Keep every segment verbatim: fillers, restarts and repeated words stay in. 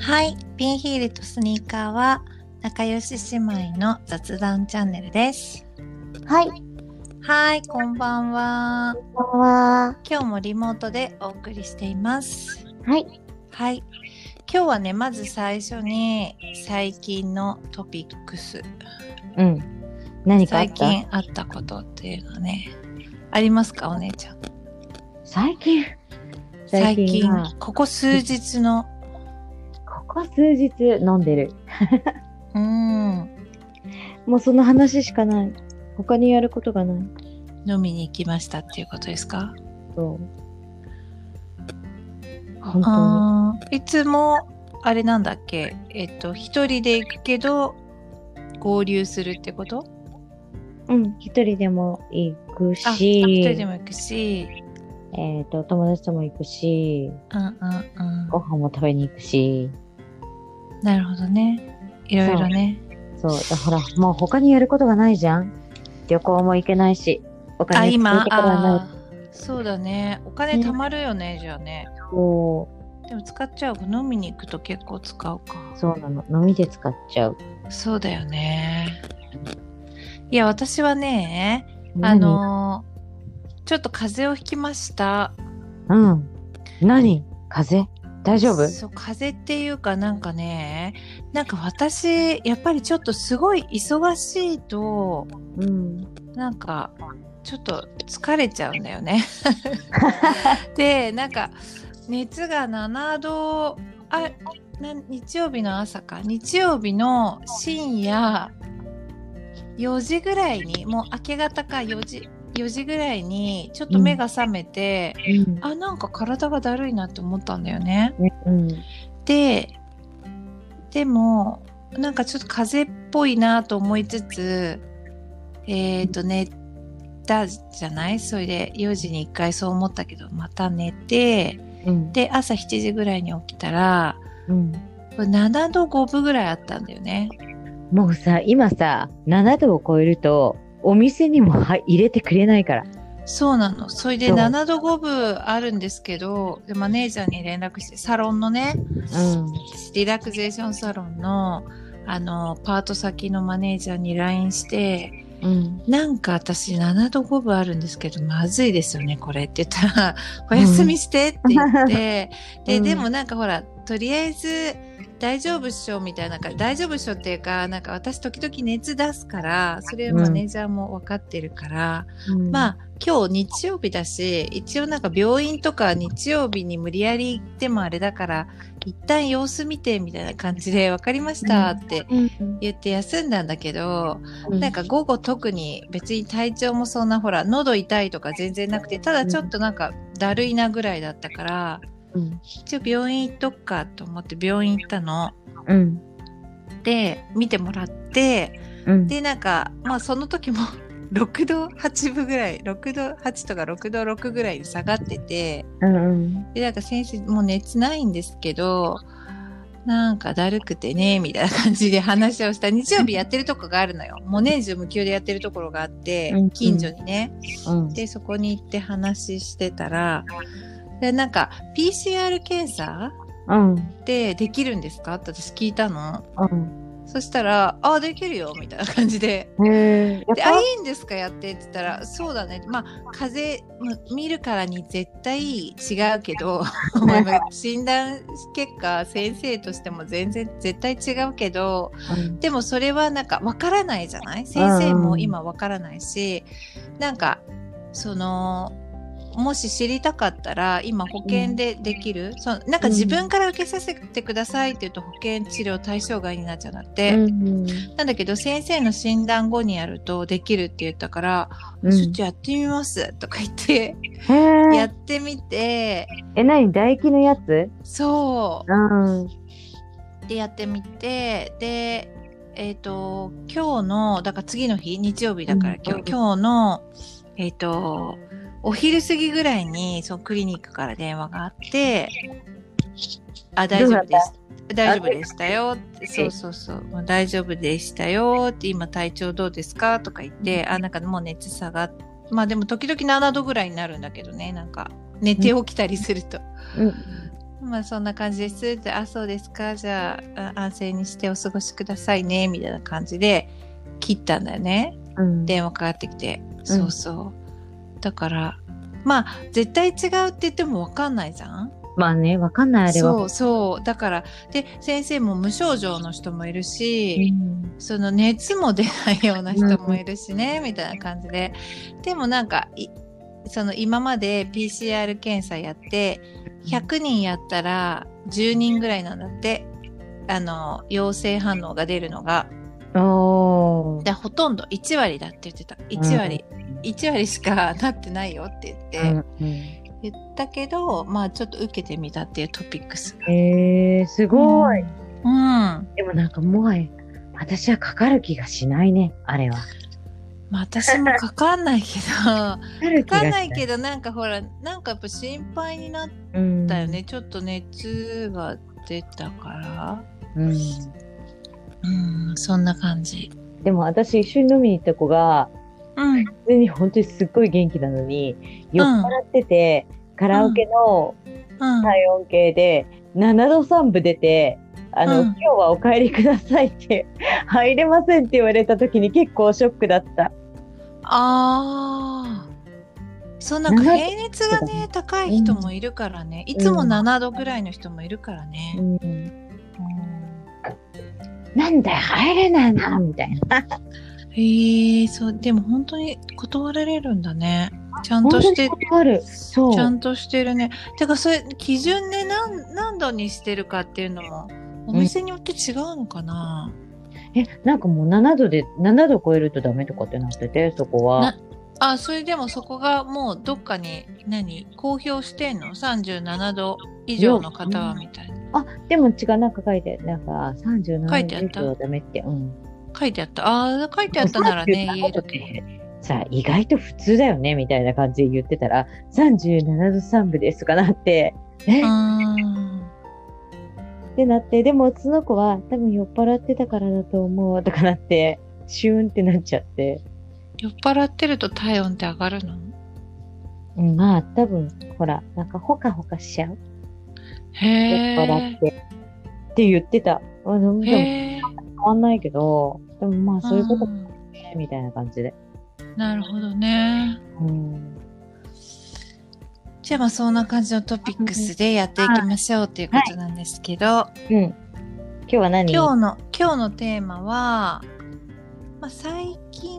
はい、ピンヒールとスニーカーは仲良し姉妹の雑談チャンネルです。 はい。 はい、こんばんは。 こんばんは。 今日もリモートでお送りしています。 はい。 はい。今日はね、まず最初に最近のトピックス。 うん。何かあった？ 最近あったことっていうのはね、ありますか、お姉ちゃん？ 最近最近、最近ここ数日のここ数日飲んでる。 うーん。 もうその話しかない。他にやることがない。 飲みに行きましたっていうことですか？ そう。本当に。 あいつもあれなんだっけ、えっと一人で行くけど合流するってこと？ うん。一人でも行くし。 あ、一人でも行くし。 えっと、友達とも行くし。 うんうんうん。 ご飯も食べに行くし。 なるほどね。いろいろね。 そう。そうだほら、もう他にやることがないじゃん。旅行も行けないし。お金使うところはない。 あ、そうだね。お金貯まるよね、うん、じゃあね。 そう。 でも使っちゃうか。飲みに行くと結構使うか。 そうなの。飲みで使っちゃう。 そうだよね。いや、私はね、あのー、ちょっと風邪をひきました。 うん。何？風邪？大丈夫？ そう、風邪っていうかなんかね、なんか私、やっぱりちょっとすごい忙しいと、 うん、 なんか、ちょっと疲れちゃうんだよね。で、なんか、熱がななど、あ、な日曜日の朝か、日曜日の深夜よじぐらいに、もう明け方かよじ、よじぐらいにちょっと目が覚めて、うん、あ、なんか体がだるいなって思ったんだよね。 うん、 で、でもなんかちょっと風邪っぽいなと思いつつ、えっと寝たじゃない？それでよじにいっかいそう思ったけどまた寝て、うん、で朝しちじぐらいに起きたら、うん、ななどごぶぐらいあったんだよね。 もうさ、今さ、ななどを超えるとお店にも入れてくれないから。 そうなの。それでななどごぶあるんですけど、でマネージャーに連絡して、サロンのね、うん、リラクゼーションサロンのあのパート先のマネージャーに ライン して、うん、なんか私ななどごぶあるんですけどまずいですよねこれって言ったらお休みしてって言って、うん、ででもなんかほらとりあえず大丈夫っしょみたいな、大丈夫っしょっていうか、なんか私時々熱出すからそれマネージャーも分かってるから、うん、まあ今日日曜日だし一応なんか病院とか日曜日に無理やり行ってもあれだから一旦様子見てみたいな感じで分かりましたって言って休んだんだけど、うん、なんか午後特に別に体調もそんなほら喉痛いとか全然なくて、ただちょっとなんかだるいなぐらいだったから、うん、一応病院行っとくかと思って病院行ったの、うん、で見てもらって、うん、でなんかまあその時もろくどはちぶぐらい、ろくどはちとかろくどろくぐらいに下がってて、うんうん、でなんか先生もう熱ないんですけどなんかだるくてねみたいな感じで話をした。日曜日やってるとこがあるのよ。もう年中無休でやってるところがあって、うんうん、近所にね、うん、でそこに行って話してたら、でなんか ピーシーアール 検査、うん、ってできるんですかって私聞いたの、うん、そしたらあできるよみたいな感じで、へであいいんですかやってって言ったらそうだね、まあ風邪見るからに絶対違うけど診断結果先生としても全然絶対違うけど、うん、でもそれはなんか分からないじゃない？先生も今分からないし、うん、なんかそのもし知りたかったら今保険でできる、うん、そのなんか自分から受けさせてくださいって言うと保険治療対象外になっちゃうんだって、うん、なんだけど先生の診断後にやるとできるって言ったから、うん、ちょっとやってみますとか言ってやってみて、 え、何唾液のやつ？ そう、うん、でやってみて、でえっと今日のだから次の日日曜日だから、うん、今日今日のえっとお昼過ぎぐらいにそのクリニックから電話があって、あ、大丈夫です。大丈夫でしたよって、そうそうそう、もう大丈夫でしたよって、今体調どうですかとか言って、うん、あ、なんかもう熱下がっ、まあでも時々ななどぐらいになるんだけどね、なんか寝て起きたりすると。うん、 まあそんな感じですって、あ、そうですか、じゃあ安静にしてお過ごしくださいねみたいな感じで切ったんだよね、うん、電話かかってきて、うん、そうそう、だからまあ絶対違うって言っても分かんないじゃん。 まあね、分かんないあれは。 そうそう、だからで先生も無症状の人もいるし、うん、その熱も出ないような人もいるしね、うん、みたいな感じで、でもなんかその今まで ピーシーアール 検査やってひゃくにんやったらじゅうにんぐらいなんだって、あの陽性反応が出るのが。 おでほとんどいち割だって言ってた。いち割、うん、いち割しかなってないよって言って、うんうん、言ったけど、まあちょっと受けてみたっていうトピックスが。 へえー、すごい、 うん、うん。 でもなんかもはや私はかかる気がしないね、あれは。 まあ私もかかんないけどかかんないけど、なんかほらなんかやっぱ心配になったよね、うん、ちょっと熱が出たから、うん、うん、そんな感じ。 でも私一緒に飲みに行った子が、うん、普通に本当にすっごい元気なのに酔っ払ってて、うん、カラオケの体温計でななどさんぶ出て、あの、うん、今日はお帰りくださいって入れませんって言われた時に結構ショックだった。 ああ、そう、なんか平熱がね高い人もいるからね、うん、いつもななどぐらいの人もいるからね、うんうん、 なんだよ入れないなみたいなへえ、そう、でも本当に断られるんだね。ちゃんとしてる。そう。 ちゃんとしてるね。てかそれ基準で何何度にしてるかっていうのもお店によって違うのかな。 うん、え、なんかもうななどでななど超えるとダメとかってなってて、そこは。 あ、それでもそこがもうどっかに何公表してんの？さんじゅうななど以上の方はみたいな。 あ、でも違う、なんか書いてなんかさんじゅうななど以上はダメって。うん。 書いてあった。ああ、書いてあったならね、言えるけど。 さあ、意外と普通だよね、みたいな感じで言ってたら、さんじゅうななどさんぶですとかなって、えってなって、でもその子は多分酔っ払ってたからだと思うとかなって、シューンってなっちゃって。 酔っ払ってると体温って上がるの？ うん、まあ多分、ほら、なんかほかほかしちゃう。 へ酔っ払って。って言ってた。あでも変わんないけど、でもまあそういうことね、みたいな感じで。 なるほどね。うん、じゃあまあそんな感じのトピックスでやっていきましょうということなんですけど、はいうん、今日は何？ 今日の今日のテーマは、まあ、最近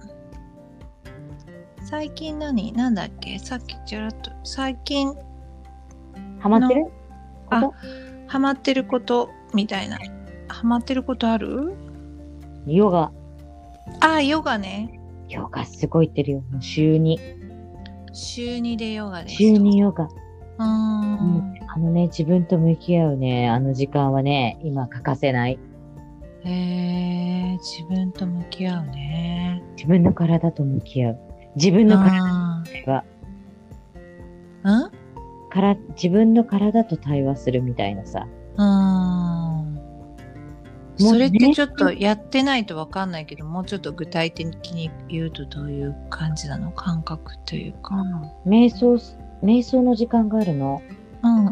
最近何なんだっけ？さっきちらっと最近ハマってる？ あ、ハマってることみたいな。ハマってることある？ ヨガ。 あ、ヨガね。 ヨガすごい言ってるよ。もう週に。 週にでヨガです。 週にヨガ。 うーん。 あのね、自分と向き合うね、あの時間はね、今欠かせない。 へえ、自分と向き合うね。 自分の体と向き合う。自分の体と対話。 ん？ から自分の体と対話するみたいなさ。 うーん。それってちょっとやってないとわかんないけど、もうちょっと具体的に言うとどういう感じなの？感覚というか。 うん、瞑想、瞑想の時間があるの。 うんうん。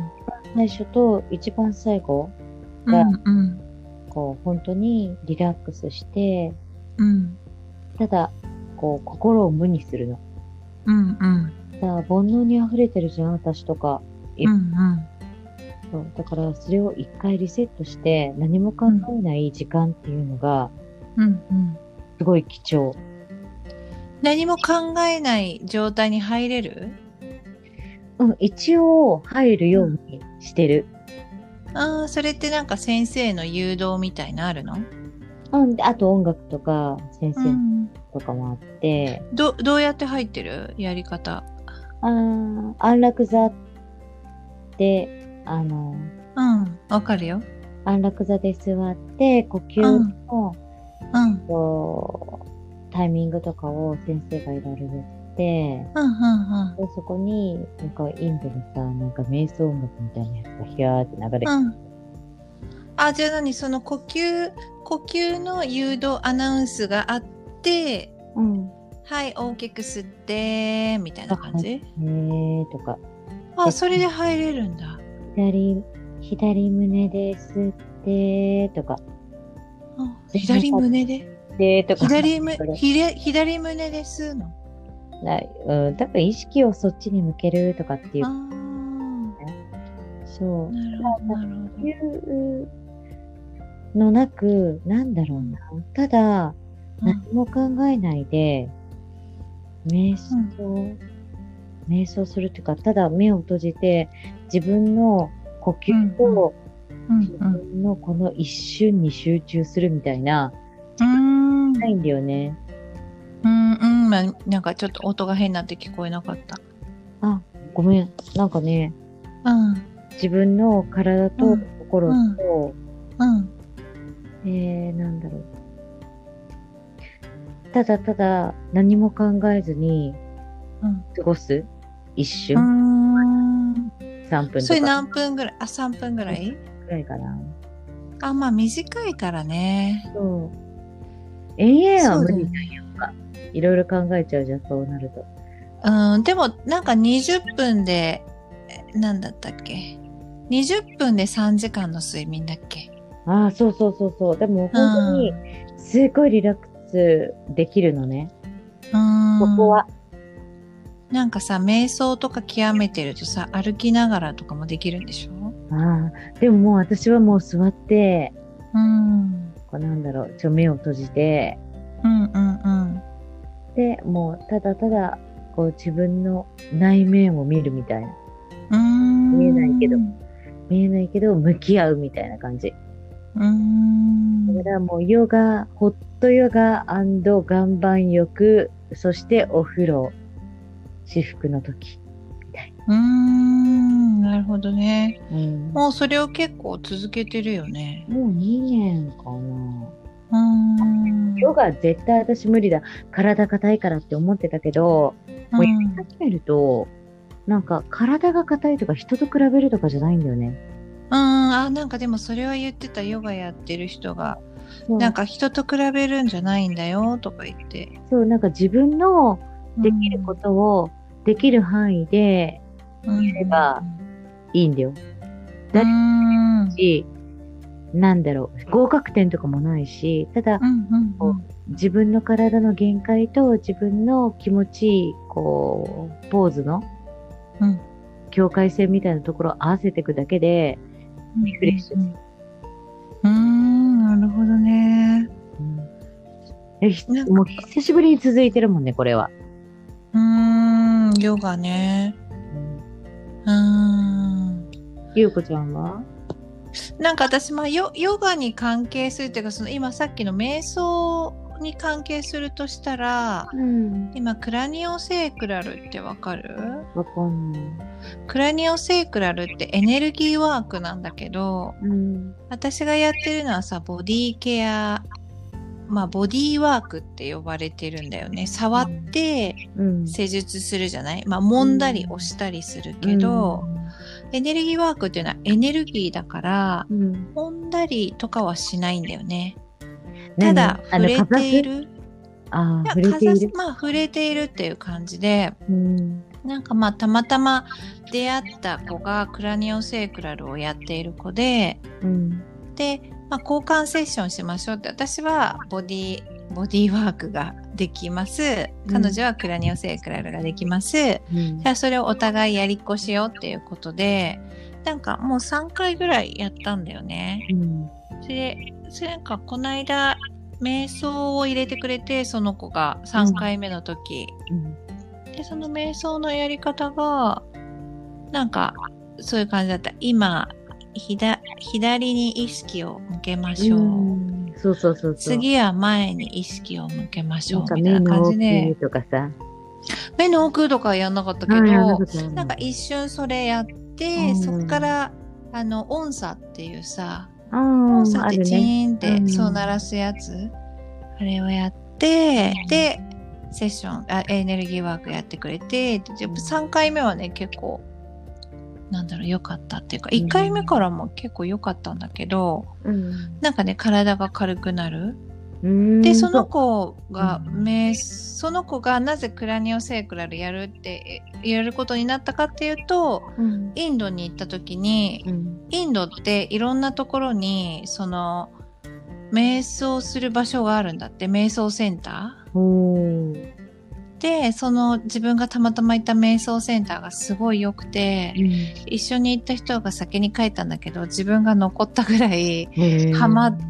最初と一番最後が、うんうん、こう本当にリラックスして、うん、ただこう心を無にするの。 うんうん。 だから煩悩に溢れてるじゃん、私とか。 うんうん。 そうだからそれを一回リセットして何も考えない時間っていうのが、うんうん、すごい貴重。 何も考えない状態に入れる？ うん、一応入るようにしてる。 うん、ああ、それってなんか先生の誘導みたいなあるの？ うん、あと音楽とか先生とかもあって、 うん、どどうやって入ってる？やり方。 ああ、安楽座であのうんわかるよ。 安楽座で座って呼吸の、うん、とタイミングとかを先生がいろいろ言って、うんうんうん、でそこになんかインドのさなんか瞑想音楽みたいなやつがヒャーって流れて、うん、 あじゃあ何その呼吸呼吸の誘導アナウンスがあって、うん、はい大きく吸ってみたいな感じ？ へーとかあそれで入れるんだ。 左、左胸で吸ってとか。 あ、左胸ででとか。 左む、左、左胸で吸うのなうん、多分意識をそっちに向けるとかっていう。 あそう。 なるほど、なるほど。 そういうのなく、なんだろうな。ただ、何も考えないで、瞑想、うん、瞑想するっていうか、ただ目を閉じて、自分の呼吸と、うんうん、自分のこの一瞬に集中するみたいな、うん、ないんだよね。 うんうん、まあ、なんかちょっと音が変になって聞こえなかった。 あ、ごめん。なんかね、 うん、 自分の体と心と、 うんうん、 えー、なんだろう。ただただ何も考えずに過ごす、うん、一瞬。さんぷんとか。 それ何分ぐらい？あ、さんぷんぐらい？ ぐらいかな。あ、 まあ短いからね。 そう。延々は無理だよ。いろいろ考えちゃうじゃん、そうなると。 うん、でもなんかにじゅっぷんで、なんだったっけ？にじゅっぷんでさんじかんの睡眠だっけ？ ああ、そうそうそうそう。でも本当にすごいリラックスできるのね。うん。ここは。 なんかさ、瞑想とか極めてるとさ、歩きながらとかもできるんでしょ？ ああ、でももう私はもう座って、 うん。 こうなんだろう、ちょ目を閉じて、 うんうんうん。 で、もうただただこう自分の内面を見るみたいな。 うーん。 見えないけど、見えないけど向き合うみたいな感じ。 うーん。 だからもうヨガ、ホットヨガ&岩盤浴、そしてお風呂、至福の時みたいな。 うーん、なるほどね。 うん、 もうそれを結構続けてるよね。 もうにねんかな。 うーん。 ヨガ絶対私無理だ。体硬いからって思ってたけど、もうやり始めると、なんか体が硬いとか人と比べるとかじゃないんだよね。 うん、あ、なんかでもそれは言ってた、ヨガやってる人が、なんか人と比べるんじゃないんだよとか言って。 そう、なんか自分のできることをできる範囲でやればいいんだよ。だし、なんだろう、合格点とかもないし、ただ、うんうんうん、自分の体の限界と自分の気持ちいい、こう、ポーズの、うん、境界線みたいなところを合わせていくだけで、リフレッシュする。 うーん、なるほどね。 うん、えもう久しぶりに続いてるもんね、これは。 うーん、ヨガね。うん。うーん。 ゆうこちゃんは？ なんか私、まあヨ、ヨガに関係するっていうか、その今さっきの瞑想に関係するとしたら、うん、今クラニオセークラルってわかる？ わかんない。 クラニオセークラルってエネルギーワークなんだけど、うん、私がやってるのはさ、ボディケア、まあボディワークって呼ばれてるんだよね。触って施術するじゃない？まあ揉んだり押したりするけど、うん、エネルギーワークっていうのはエネルギーだから、うん、揉んだりとかはしないんだよね。ただ触れている。 ああ、触れている。 まあ触れているっていう感じで、うん、なんかまあたまたま出会った子がクラニオセークラルをやっている子で、うん、で、まあ、交換セッションしましょうって、私はボディボディワークができます、彼女はクラニオセークラルができます、うん、じゃあそれをお互いやりっこしようっていうことで、なんかもうさんかいぐらいやったんだよね、うん、それでそれなんかこの間瞑想を入れてくれて、その子がさんかいめの時、うんうん、でその瞑想のやり方がなんかそういう感じだった。今左, 左に意識を向けましょう。うんそうそうそうそう。 次は前に意識を向けましょうみたいな感じで。 目の奥とかさ。 目の奥とかはやんなかったけど、なんか一瞬それやって、うん、そっからあの音差っていうさ、うん、音差ってチーンって、ね、そう鳴らすやつ、あれをやって、うん、でセッションあエネルギーワークやってくれて、さんかいめはね結構なんだろう良かったっていうか、いっかいめからも結構良かったんだけど、うん、なんかね体が軽くなる、 でその子が、うん、その子がなぜクラニオセークラルやるってやることになったかっていうと、うん、インドに行った時に、うん、インドっていろんなところにその瞑想する場所があるんだって、瞑想センターで、その自分がたまたま行った瞑想センターがすごい良くて、うん、一緒に行った人が先に帰ったんだけど自分が残ったぐらいハマって、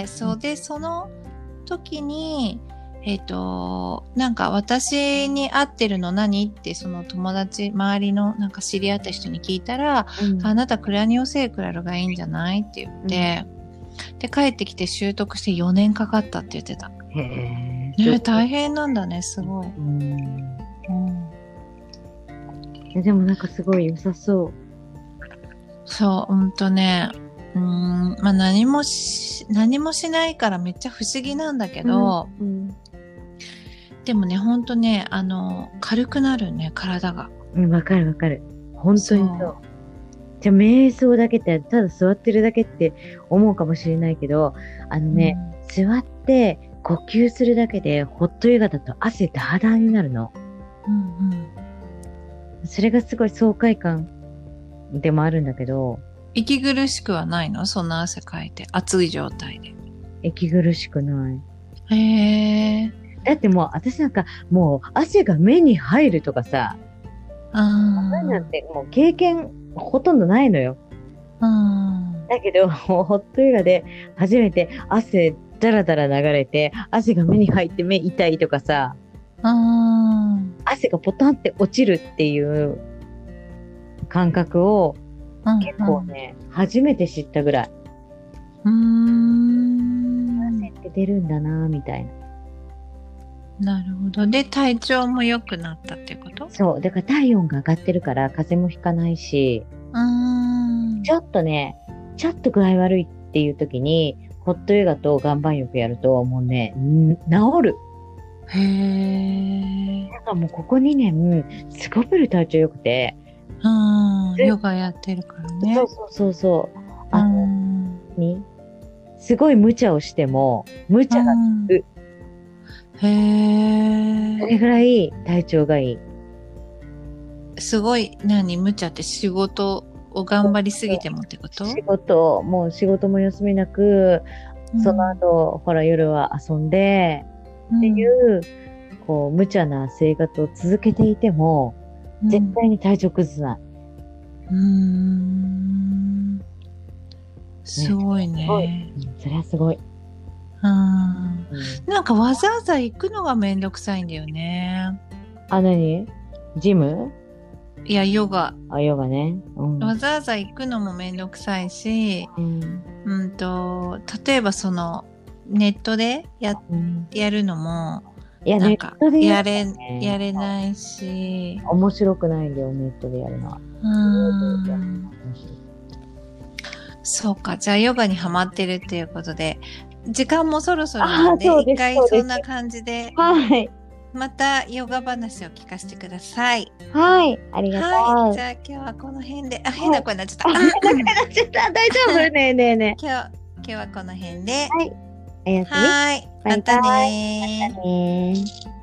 そうでその時にえっとなんか私に合ってるの何ってその友達周りのなんか知り合った人に聞いたら、うん、あなたクラニオセークラルがいいんじゃないって言って、うん、で帰ってきて習得してよねんかかったって言ってた。へーね、大変なんだね、すごい。うんうん、でもなんかすごい良さそう。 そう、うんとね、うん、まあ何もし、何もしないからめっちゃ不思議なんだけど、うんうん、でもね、ほんとね、あの、軽くなるね、体が。 うん、わかるわかる。本当にそう。そうじゃあ、瞑想だけって、ただ座ってるだけって思うかもしれないけど、あのね、うん、座って、呼吸するだけでホットヨガだと汗ダーダーになるの、うんうん、それがすごい爽快感でもあるんだけど、 息苦しくはないの？そんな汗かいて暑い状態で。 息苦しくない。 へー。 だってもう私なんかもう汗が目に入るとかさ、あなんてもう経験ほとんどないのよ。うんだけどもうホットヨガで初めて汗だらだら流れて汗が目に入って目痛いとかさ、あ汗がポタンって落ちるっていう感覚を結構ね、うんうん、初めて知ったぐらい。うーん汗って出るんだなみたいな。なるほど。で体調も良くなったっていうこと？ そうだから体温が上がってるから風邪もひかないし、うーんちょっとねちょっと具合悪いっていう時にホットヨガと岩盤浴やるともうね治る。へー。なんかもうここにねんすごく体調良くて、 うんヨガやってるからね。 そうそうそうそうあのにすごい無茶をしても無茶がつく。へー。それぐらい体調がいい。 すごい何無茶って仕事を頑張りすぎてもってこと？ 仕事もう仕事も休みなく、うん、その後ほら夜は遊んで、うん、っていうこう無茶な生活を続けていても、うん、絶対に体調崩さない。うーんすごいね。 ねそれはすごい。 うん、なんかわざわざ行くのがめんどくさいんだよね。 あ、何？ジム？ いやヨガ。 あ、ヨガね、 うん、わざわざ行くのもめんどくさいし、うん、うんと例えばそのネットで や,、うん、やるのもいやなんかやれ、ね、やれないし面白くないんだよネットでやるのは。 うんそうか、じゃあヨガにハマってるっていうことで時間もそろそろなんで一回そんな感じで、 はい、 またヨガ話を聞かせてください。 はい、ありがとう。 はい、じゃあ今日はこの辺で、あ、変な声になっちゃった。 変な声になっちゃった。大丈夫？ねえねえねえ。今日、今日はこの辺で。 はい。おやすみ。 はい。またねー。 またねー。